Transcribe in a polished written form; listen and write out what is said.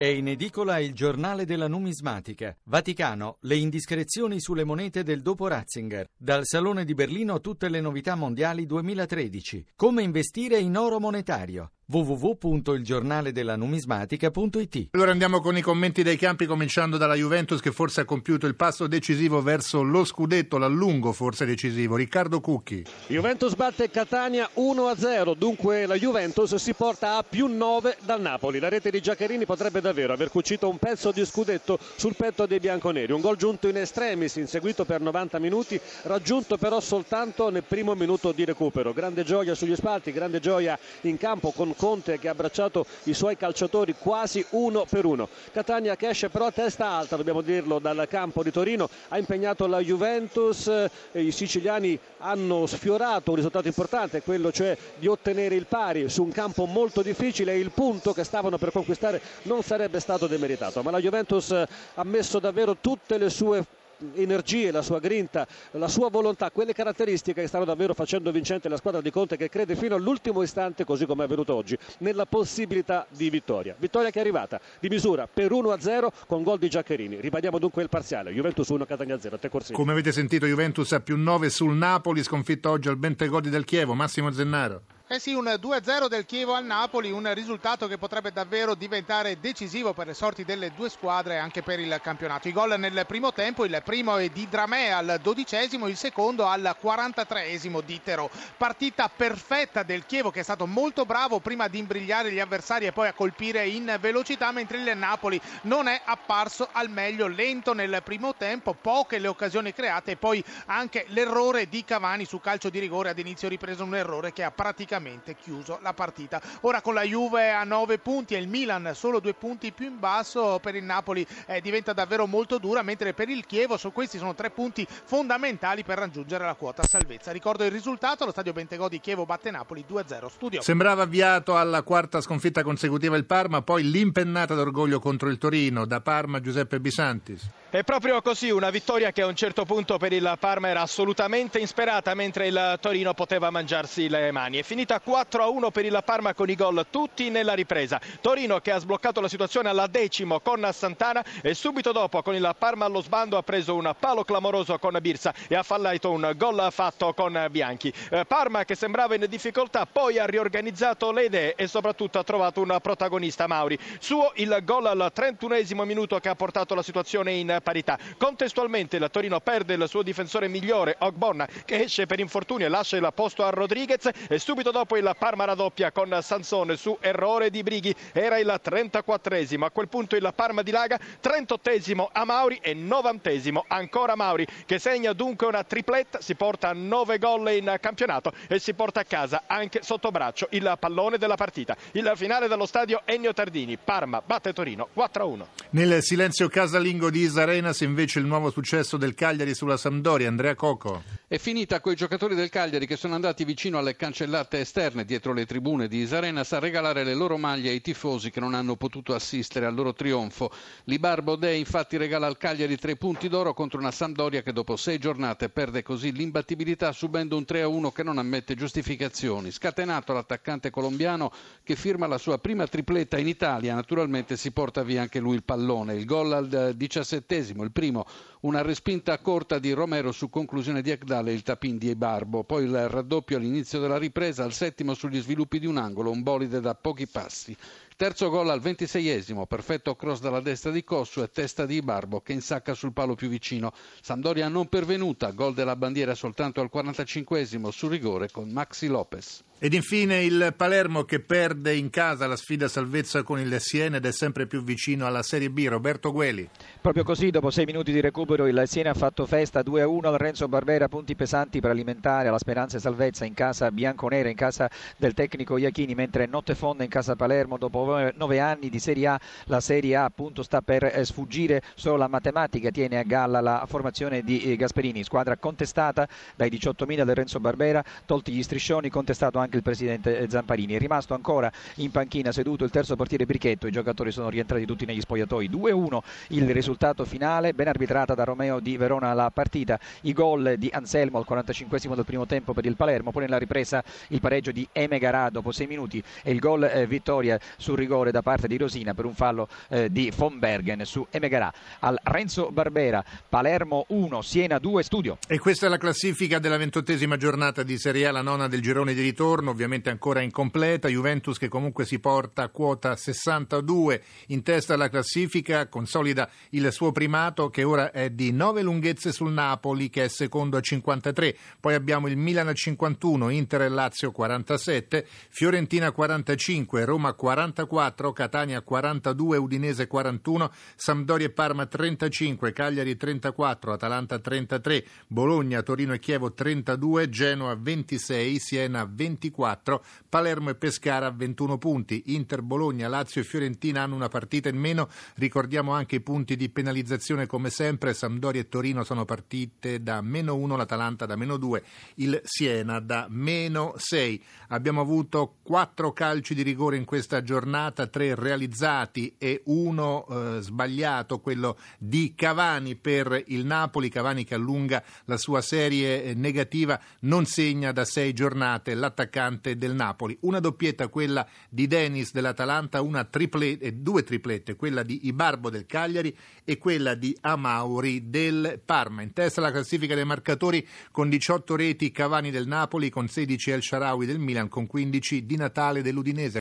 È in edicola il Giornale della Numismatica. Vaticano, le indiscrezioni sulle monete del dopo Ratzinger. Dal Salone di Berlino tutte le novità mondiali 2013. Come investire in oro monetario. www.ilgiornaledellanumismatica.it. Allora andiamo con i commenti dei campi, cominciando dalla Juventus, che forse ha compiuto il passo decisivo verso lo scudetto, l'allungo forse decisivo. Riccardo Cucchi. Juventus batte Catania 1-0, dunque la Juventus si porta a +9 dal Napoli. La rete di Giaccherini potrebbe davvero aver cucito un pezzo di scudetto sul petto dei bianconeri. Un gol giunto in extremis, inseguito per 90 minuti, raggiunto però soltanto nel primo minuto di recupero. Grande gioia sugli spalti, grande gioia in campo con Conte che ha abbracciato i suoi calciatori quasi uno per uno. Catania che esce però a testa alta, dobbiamo dirlo, dal campo di Torino, ha impegnato la Juventus. I siciliani hanno sfiorato un risultato importante, quello cioè di ottenere il pari su un campo molto difficile. Il punto che stavano per conquistare non sarebbe stato demeritato, ma la Juventus ha messo davvero tutte le sue energie, la sua grinta, la sua volontà, quelle caratteristiche che stanno davvero facendo vincente la squadra di Conte, che crede fino all'ultimo istante, così come è avvenuto oggi, nella possibilità di vittoria. Vittoria che è arrivata di misura per 1-0 con gol di Giaccherini. Ribadiamo dunque il parziale: Juventus 1, Catania 0. Te Corsini. Come avete sentito, Juventus a +9 sul Napoli, sconfitto oggi al Bentegodi del Chievo. Massimo Zennaro. Sì, un 2-0 del Chievo al Napoli, un risultato che potrebbe davvero diventare decisivo per le sorti delle due squadre e anche per il campionato. I gol nel primo tempo, il primo è di Dramè al 12esimo, il secondo al 43esimo di Terò. Partita perfetta del Chievo, che è stato molto bravo prima di imbrigliare gli avversari e poi a colpire in velocità, mentre il Napoli non è apparso al meglio, lento nel primo tempo, poche le occasioni create e poi anche l'errore di Cavani su calcio di rigore ad inizio ripresa, un errore che ha praticamente chiuso la partita. Ora con la Juve a 9 punti e il Milan solo 2 punti più in basso, per il Napoli diventa davvero molto dura, mentre per il Chievo questi sono 3 punti fondamentali per raggiungere la quota salvezza. Ricordo il risultato: lo stadio Bentegodi, Chievo batte Napoli 2-0. Studio. Sembrava avviato alla quarta sconfitta consecutiva il Parma, poi l'impennata d'orgoglio contro il Torino. Da Parma Giuseppe Bisantis. È proprio così, una vittoria che a un certo punto per il Parma era assolutamente insperata, mentre il Torino poteva mangiarsi le mani. È finita 4-1 per il Parma con i gol tutti nella ripresa. Torino che ha sbloccato la situazione alla 10° con Santana e subito dopo con il Parma allo sbando ha preso un palo clamoroso con Birsa e ha fallato un gol fatto con Bianchi. Parma che sembrava in difficoltà, poi ha riorganizzato le idee e soprattutto ha trovato un protagonista, Mauri. Suo il gol al 31esimo minuto che ha portato la situazione in parità. Contestualmente il Torino perde il suo difensore migliore, Ogbonna, che esce per infortunio e lascia il posto a Rodriguez, e subito dopo il Parma raddoppia con Sansone su errore di Brighi. Era il 34esimo, a quel punto il Parma dilaga, 38esimo a Mauri e 90esimo ancora Mauri, che segna dunque una tripletta, si porta a 9 gol in campionato e si porta a casa anche sotto braccio il pallone della partita. Il finale dello stadio Ennio Tardini: Parma batte Torino 4-1. Nel silenzio casalingo di Isarenas invece il nuovo successo del Cagliari sulla Sampdoria. Andrea Coco. È finita coi giocatori del Cagliari che sono andati vicino alle cancellate esterne dietro le tribune di Isarenas a regalare le loro maglie ai tifosi che non hanno potuto assistere al loro trionfo. Libar Bodè infatti regala al Cagliari 3 punti d'oro contro una Sampdoria che dopo 6 giornate perde così l'imbattibilità, subendo un 3-1 che non ammette giustificazioni. Scatenato l'attaccante colombiano che firma la sua prima tripletta in Italia, naturalmente si porta via anche lui il pallone. Il gol al 17esimo, il primo una respinta corta di Romero su conclusione di Ekdal e il tapin di Barbo, poi il raddoppio all'inizio della ripresa, al 7° sugli sviluppi di un angolo, un bolide da pochi passi. Terzo gol al 26esimo, perfetto cross dalla destra di Cossu e testa di Barbo che insacca sul palo più vicino. Sampdoria non pervenuta, gol della bandiera soltanto al 45esimo su rigore con Maxi Lopez. Ed infine il Palermo che perde in casa la sfida salvezza con il Siena ed è sempre più vicino alla Serie B. Roberto Gueli. Proprio così, dopo 6 minuti di recupero il Siena ha fatto festa 2-1 al Renzo Barbera, punti pesanti per alimentare la speranza e salvezza in casa bianconera, in casa del tecnico Iachini, mentre notte fonda in casa Palermo. Dopo 9 anni di Serie A, la Serie A appunto sta per sfuggire, solo la matematica tiene a galla la formazione di Gasperini, squadra contestata dai 18.000 del Renzo Barbera, tolti gli striscioni, contestato anche il presidente Zamparini. È rimasto ancora in panchina seduto il terzo portiere Brichetto, i giocatori sono rientrati tutti negli spogliatoi. 2-1 il risultato finale, ben arbitrata da Romeo di Verona la partita, i gol di Anselmo al 45esimo del primo tempo per il Palermo, poi nella ripresa il pareggio di Emegarà dopo 6 minuti e il gol vittoria su sul rigore da parte di Rosina per un fallo di von Bergen su Emegarà. Al Renzo Barbera, Palermo 1, Siena 2, Studio. E questa è la classifica della 28esima giornata di Serie A, la nona del girone di ritorno, ovviamente ancora incompleta. Juventus che comunque si porta a quota 62 in testa alla classifica, consolida il suo primato che ora è di 9 lunghezze sul Napoli che è secondo a 53. Poi abbiamo il Milan a 51, Inter e Lazio 47, Fiorentina 45, Roma 44, Catania 42, Udinese 41, Sampdoria e Parma 35, Cagliari 34, Atalanta 33, Bologna, Torino e Chievo 32, Genoa 26, Siena 24, Palermo e Pescara 21 punti. Inter, Bologna, Lazio e Fiorentina hanno una partita in meno. Ricordiamo anche i punti di penalizzazione come sempre. Sampdoria e Torino sono partite da -1, l'Atalanta da -2, il Siena da -6. Abbiamo avuto 4 calci di rigore in questa giornata, 3 realizzati e 1 sbagliato, quello di Cavani per il Napoli. Cavani che allunga la sua serie negativa, non segna da 6 giornate l'attaccante del Napoli. Una doppietta quella di Denis dell'Atalanta, 2 triplette, quella di Ibarbo del Cagliari e quella di Amauri del Parma. In testa alla classifica dei marcatori con 18 reti Cavani del Napoli, con 16 El Shaarawy del Milan, con 15 Di Natale dell'Udinese.